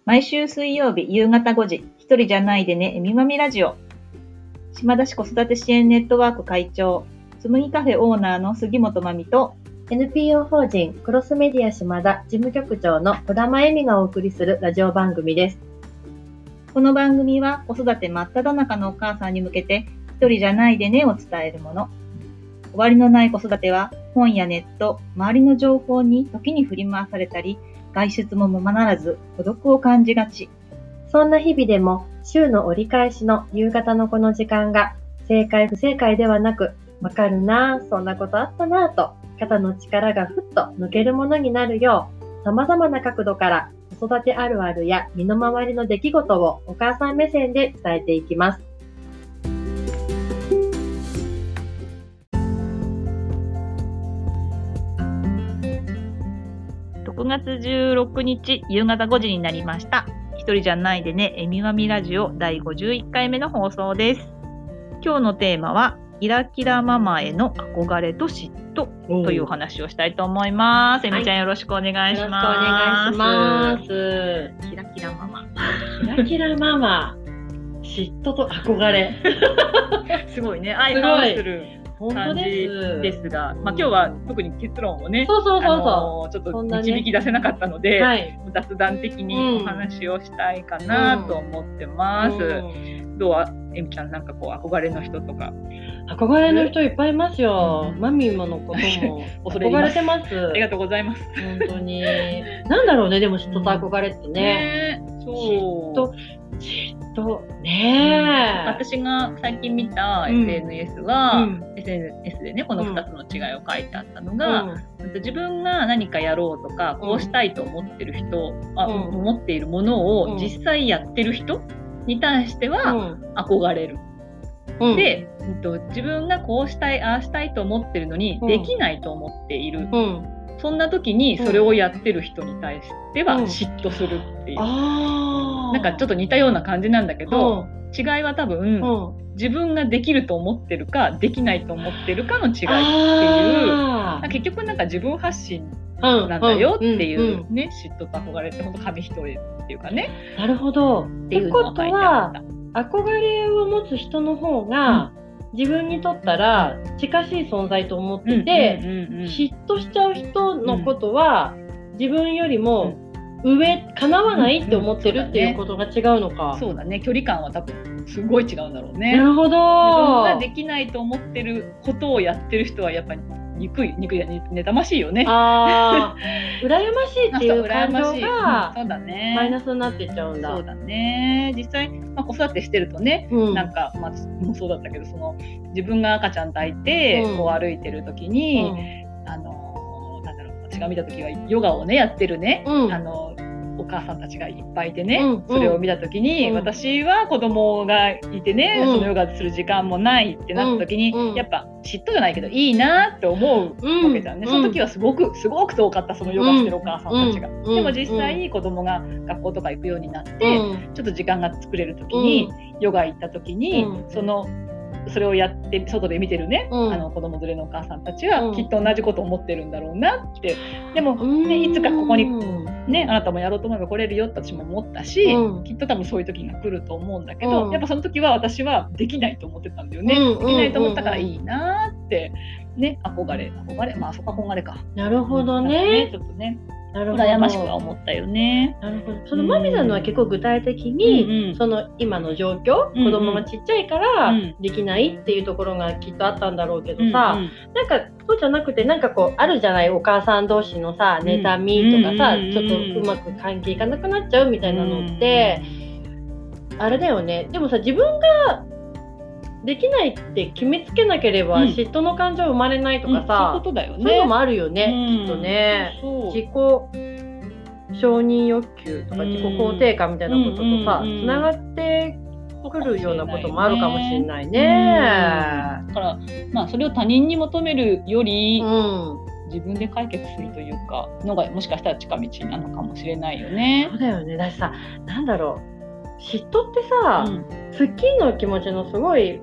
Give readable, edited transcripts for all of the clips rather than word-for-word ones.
毎週水曜日夕方5時、一人じゃないでね、えみまみラジオ。島田市子育て支援ネットワーク会長、つむぎカフェオーナーの杉本真美と、 NPO 法人クロスメディア島田事務局長の児玉恵美がお送りするラジオ番組です。 この番組は子育て真っ只中のお母さんに向けて、一人じゃないでねを伝えるもの。終わりのない子育ては、本やネット、周りの情報に時に振り回されたり、外出もままならず孤独を感じがち。 そんな日々でも週の折り返しの夕方のこの時間が正解不正解ではなく、わかるなぁ、そんなことあったなぁと肩の力がふっと抜けるものになるよう、様々な角度から子育てあるあるや身の回りの出来事をお母さん目線で伝えていきます。 6月16日夕方5時になりました。一人じゃないでね、えみまみラジオ第51回目の放送です。今日のテーマは、キラキラママへの憧れと嫉妬というお話をしたいと思います。えみちゃん、よろしくお願いします。 よろしくお願いします。 キラキラママ。 キラキラママ、嫉妬と憧れ。 すごいね、相反する感じでですが、今日は特に結論をね、 ちょっと導き出せなかったので、雑談的にお話をしたいかなと思ってます。どうはえみちゃん、なんかこう憧れの人とか。 憧れの人いっぱいいますよ。マミものことも憧れてます。 ありがとうございます。 本当に。なんだろうね、でも嫉妬と憧れってね。嫉妬ね。 私が最近見た SNS は、SNS でね、この2つの違いを書いてあったのが、自分が何かやろうとか、こうしたいと思ってる人、思っているものを実際やってる人に対しては憧れる。で、自分がこうしたい、ああしたいと思ってるのにできないと思っている。そんな時にそれをやってる人に対しては嫉妬するっていう。なんかちょっと似たような感じなんだけど、違いは多分、自分ができると思ってるかできないと思ってるかの違いっていう、結局なんか自分発信なんだよっていうね、嫉妬と憧れって本当紙一重っていうかね。 なるほど。 っていうのが書いてあった。 憧れを持つ人の方が、自分にとったら近しい存在と思ってて、嫉妬しちゃう人のことは、自分よりも叶わないって思ってるっていうことが違うのか。 そうだね。距離感は多分すごい違うんだろうね。 なるほど。 自分ができないと思ってることをやってる人はやっぱり憎い妬ましいよね。 羨ましいっていう感情がそうだね。 マイナスになっていっちゃうんだ。 そうだね。実際、子育てしてるとね、なんかもうそうだったけど、その自分が赤ちゃん抱いてこう歩いてる時に、なんだろう、私が見た時はヨガをねやってるね、お母さんたちがいっぱいいてね、それを見た時に、私は子供がいてね、そのヨガする時間もないってなった時に、やっぱ嫉妬じゃないけどいいなって思うわけじゃんね。その時はすごく遠かったそのヨガしてるお母さんたちが。でも実際子供が学校とか行くようになって、ちょっと時間が作れる時に、ヨガ行った時に、それをやって外で見てるね、子供連れのお母さんたちはきっと同じことを思ってるんだろうなって。でも、ね、いつかここにね、あなたもやろうと思えば来れるよって私も思ったし、きっと多分そういう時が来ると思うんだけど、やっぱその時は私はできないと思ってたんだよね。できないと思ったからいいなってね、憧れ、そこは憧れか。 なるほどね。 ちょっとね、羨ましくは思ったよね。 なるほど。そのマミさんのは結構具体的に、その今の状況、子供がちっちゃいからできないっていうところがきっとあったんだろうけどさ、なんかそうじゃなくて、なんかこうあるじゃない、お母さん同士のさ、妬みとかさ、ちょっとうまく関係いかなくなっちゃうみたいなのって、あれだよね。でもさ、自分ができないって決めつけなければ嫉妬の感情生まれないとかさ、 そういうのもあるよね、きっとね。自己承認欲求とか自己肯定感みたいなこととさ、つながってくるようなこともあるかもしれないね。 だからそれを他人に求めるより、自分で解決するというかのがもしかしたら近道なのかもしれないよね。 そうだよね。だしさ、なんだろう、嫉妬ってさ、好きの気持ちのすごい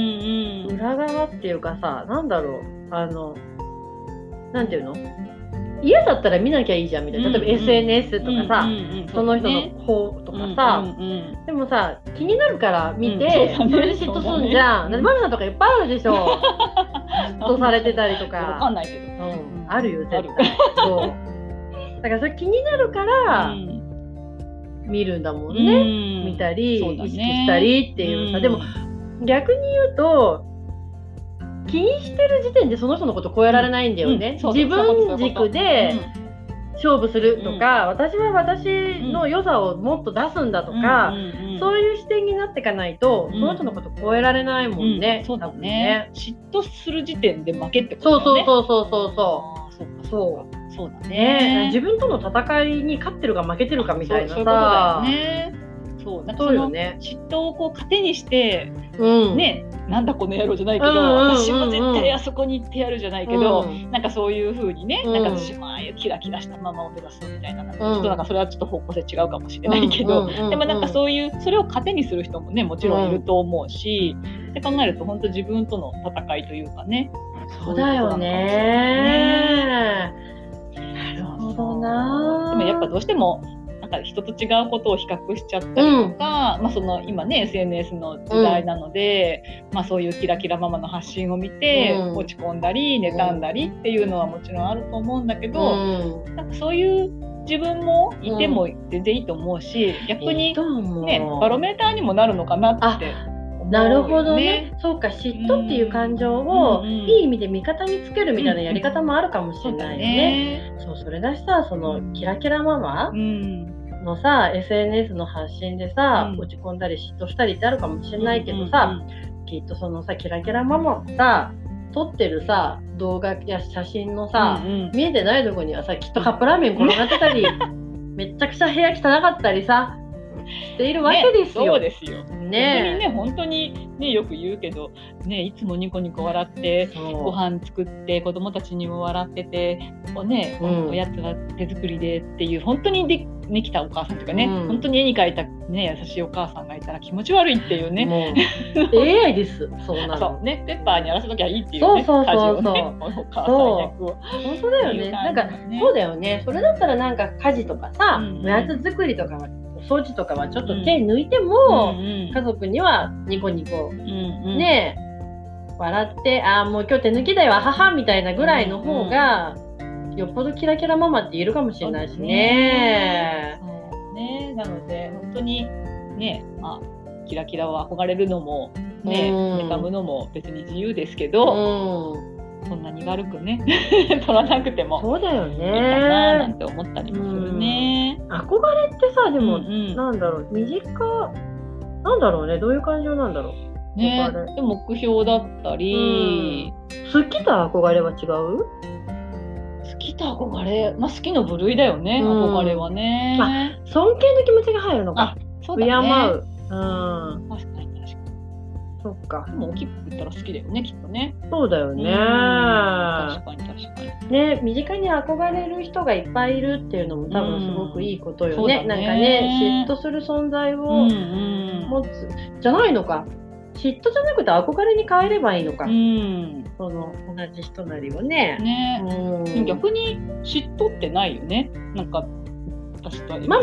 裏側っていうかさ、なんだろう、なんていうの、 嫌だったら見なきゃいいじゃんみたいな、例えば SNS とかさ、その人の方とかさ、でもさ気になるから見て、それで嫉妬すんじゃん。マミさんとかいっぱいあるでしょ嫉妬されてたりとか。 わかんないけど、 あるよ絶対。そうだからそれ気になるから見るんだもんね、見たり意識したりっていうさ。でも逆に言うと気にしてる時点でその人のこと超えられないんだよね。自分軸で勝負するとか、私は私の良さをもっと出すんだとか、そういう視点になっていかないと、その人のこと超えられないもんね。 そうだね。嫉妬する時点で負けってことだね。そうだね。 自分との戦いに勝ってるか負けてるかみたいなさ。 そういうことだよね。そうよね。嫉妬をこう糧にしてね、なんだこの野郎じゃないけど、私も絶対あそこに行ってやるじゃないけど、なんかそういう風にね、なんか私もああいうキラキラしたままを目指すみたいな、ちょっとなんかそれはちょっと方向性違うかもしれないけど、でもなんかそういうそれを糧にする人もね、もちろんいると思うし、って考えると本当自分との戦いというかね。 そうだよね。なるほどな。 でもやっぱどうしてもなんか人と違うことを比較しちゃったりとか、その今ね SNS の時代なので、そういうキラキラママの発信を見て、落ち込んだり妬んだりっていうのはもちろんあると思うんだけど、なんかそういう自分もいても全然いいと思うし、逆に、ね、バロメーターにもなるのかなって。 なるほどね。そうか、嫉妬っていう感情をいい意味で味方につけるみたいなやり方もあるかもしれないよね。それだしさ、そのキラキラママのさ SNS の発信でさ、落ち込んだり嫉妬したりってあるかもしれないけどさ、きっとそのさキラキラママもさ撮ってるさ動画や写真のさ、見えてないとこにはさきっとカップラーメン転がってたりめっちゃくちゃ部屋汚かったりさしているわけですよ。 そうですよ。本当にねよく言うけどね、いつもニコニコ笑ってご飯作って子供たちにも笑ってておやつは手作りでっていう本当にできたお母さんとかね、本当に絵に描いたね優しいお母さんがいたら気持ち悪いっていうね。 もう AI です。そうなの。 そうね、ペッパーにやらせときゃいいっていうね。そうお母さん役を。 本当だよね。なんかそうだよね。それだったらなんか家事とかさ、おやつ作りとかお掃除とかはちょっと手抜いても、家族にはニコニコ、ね笑ってもう今日手抜きだよ母みたいなぐらいの方が、よっぽどキラキラママって言えるかもしれないしね。 なので本当にね、キラキラを憧れるのもね、妬むのも別に自由ですけど、そんなに悪くね取らなくてもそうだよね、いいかななんて思ったりもするね。 憧れってさ、でも、なんだろう、身近なんだろうね、どういう感情なんだろうね。でも目標だったり、 好きと憧れは違う？ 好きと憧れ、好きの部類だよね、憧れはね。 尊敬の気持ちが入るのか。 そうだね。 敬う。 確かに。 そっか。 でも大きく言ったら好きだよね、きっとね。 そうだよね。 確かに。 ね、身近に憧れる人がいっぱいいるっていうのも多分すごくいいことよね。なんかね、嫉妬する存在を持つじゃないのか。嫉妬じゃなくて憧れに変えればいいのか。その同じ人なりをね。逆に嫉妬ってないよね。なんか私とね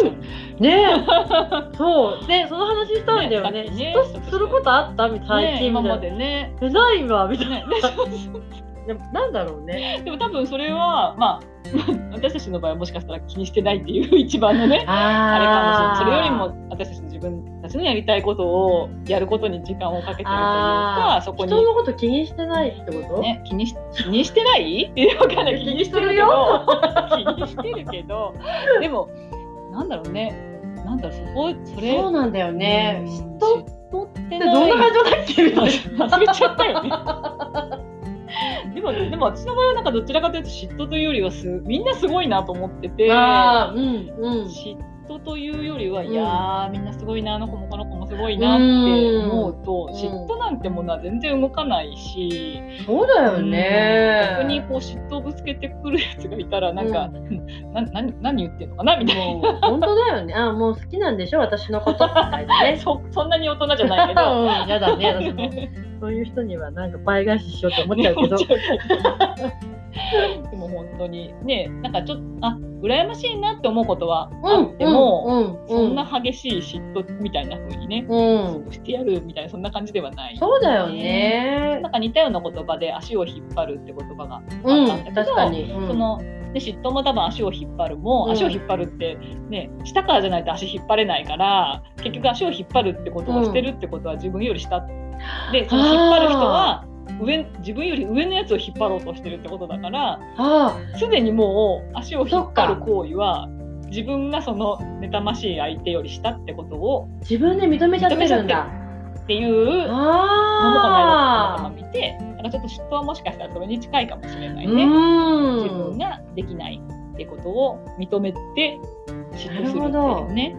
そうでその話したんだよね。嫉妬することあったみたいな最近今までね。 ないわみたいな。でもなんだろうね。 でも多分それは私たちの場合はもしかしたら気にしてないっていう一番のねあれかもしれない。それよりも私たち自分たちのやりたいことをやることに時間をかけてるというか、そこに人のこと気にしてないってこと？ ね、気にしてないってわかんない。気にしてるよ。気にしてるけど、でもなんだろうね。それそうなんだよね。 嫉妬ってどんな感情だっけみたいな忘れちゃったよね。でも私の場合はなんかどちらかというと嫉妬というよりはみんなすごいなと思ってて、嫉妬というよりは、いやーみんなすごいな、あの子もこの子もすごいなって思うと、嫉妬なんてものは全然動かないし、 そうだよね。 逆にこう嫉妬をぶつけてくるやつがいたらなんか、何言ってんのかなみたいな。 本当だよね。もう好きなんでしょ私のことみたいなね。 そんなに大人じゃないけど、 やだね私も。そういう人にはなんか倍返ししようと思っちゃうけど。 でも本当にね、なんかちょっと羨ましいなって思うことはあっても、そんな激しい嫉妬みたいな風にね、してやるみたいなそんな感じではない、 そうだよね。 なんか似たような言葉で足を引っ張るって言葉があったんだけど、 確かに、 そので嫉妬も多分足を引っ張るも、足を引っ張るってね、下からじゃないと足引っ張れないから、結局足を引っ張るってことをしてるってことは自分より下で、その引っ張る人は自分より上のやつを引っ張ろうとしてるってことだから、すでにもう足を引っ張る行為は自分がその妬ましい相手より下ってことを自分で認めちゃってるんだっていうものがないのを見て、なんかちょっと嫉妬はもしかしたらそれに近いかもしれないね。自分ができないってことを認めて嫉妬するっていうね。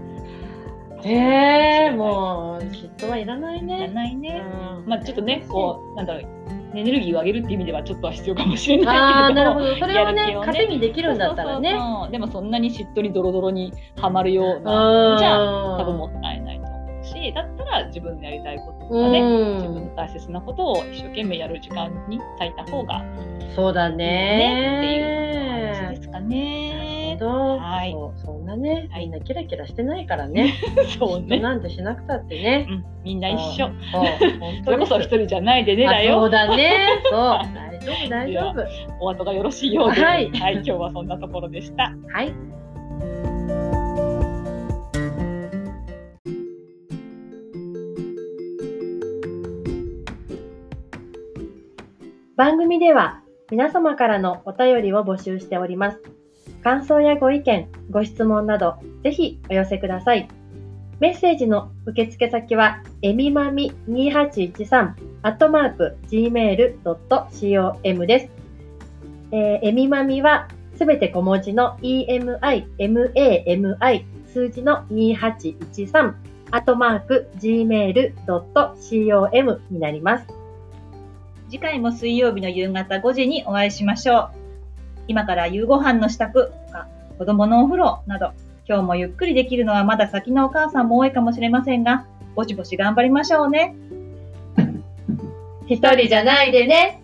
もう嫉妬はいらないね。 いらないね。まあちょっとね、こうなんだろう、エネルギーを上げるっていう意味ではちょっとは必要かもしれないけれども、 なるほど、それはね、糧にできるんだったらね。 でもそんなに嫉妬にドロドロにはまるようなじゃ多分もったいないと思うし、だったら自分のやりたいこととかね、自分の大切なことを一生懸命やる時間に割いた方がそうだねっていう感じですかね。 はい、そんなね、みんなキラキラしてないからね。そうね。なんてしなくたってね。 みんな一緒。それこそ一人じゃないでねだよ。 そうだね。そう。大丈夫大丈夫。 お後がよろしいようで、はい、今日はそんなところでした。 はい。番組では皆様からのお便りを募集しております。感想やご意見、ご質問など、ぜひお寄せください。メッセージの受付先は、emimami2813@gmail.com です。えみまみはすべて小文字の emimami 数字の2813@gmail.com になります。 次回も水曜日の夕方5時にお会いしましょう。今から夕ご飯の支度とか子供のお風呂など、今日もゆっくりできるのはまだ先のお母さんも多いかもしれませんが、ぼちぼち頑張りましょうね。一人じゃないでね。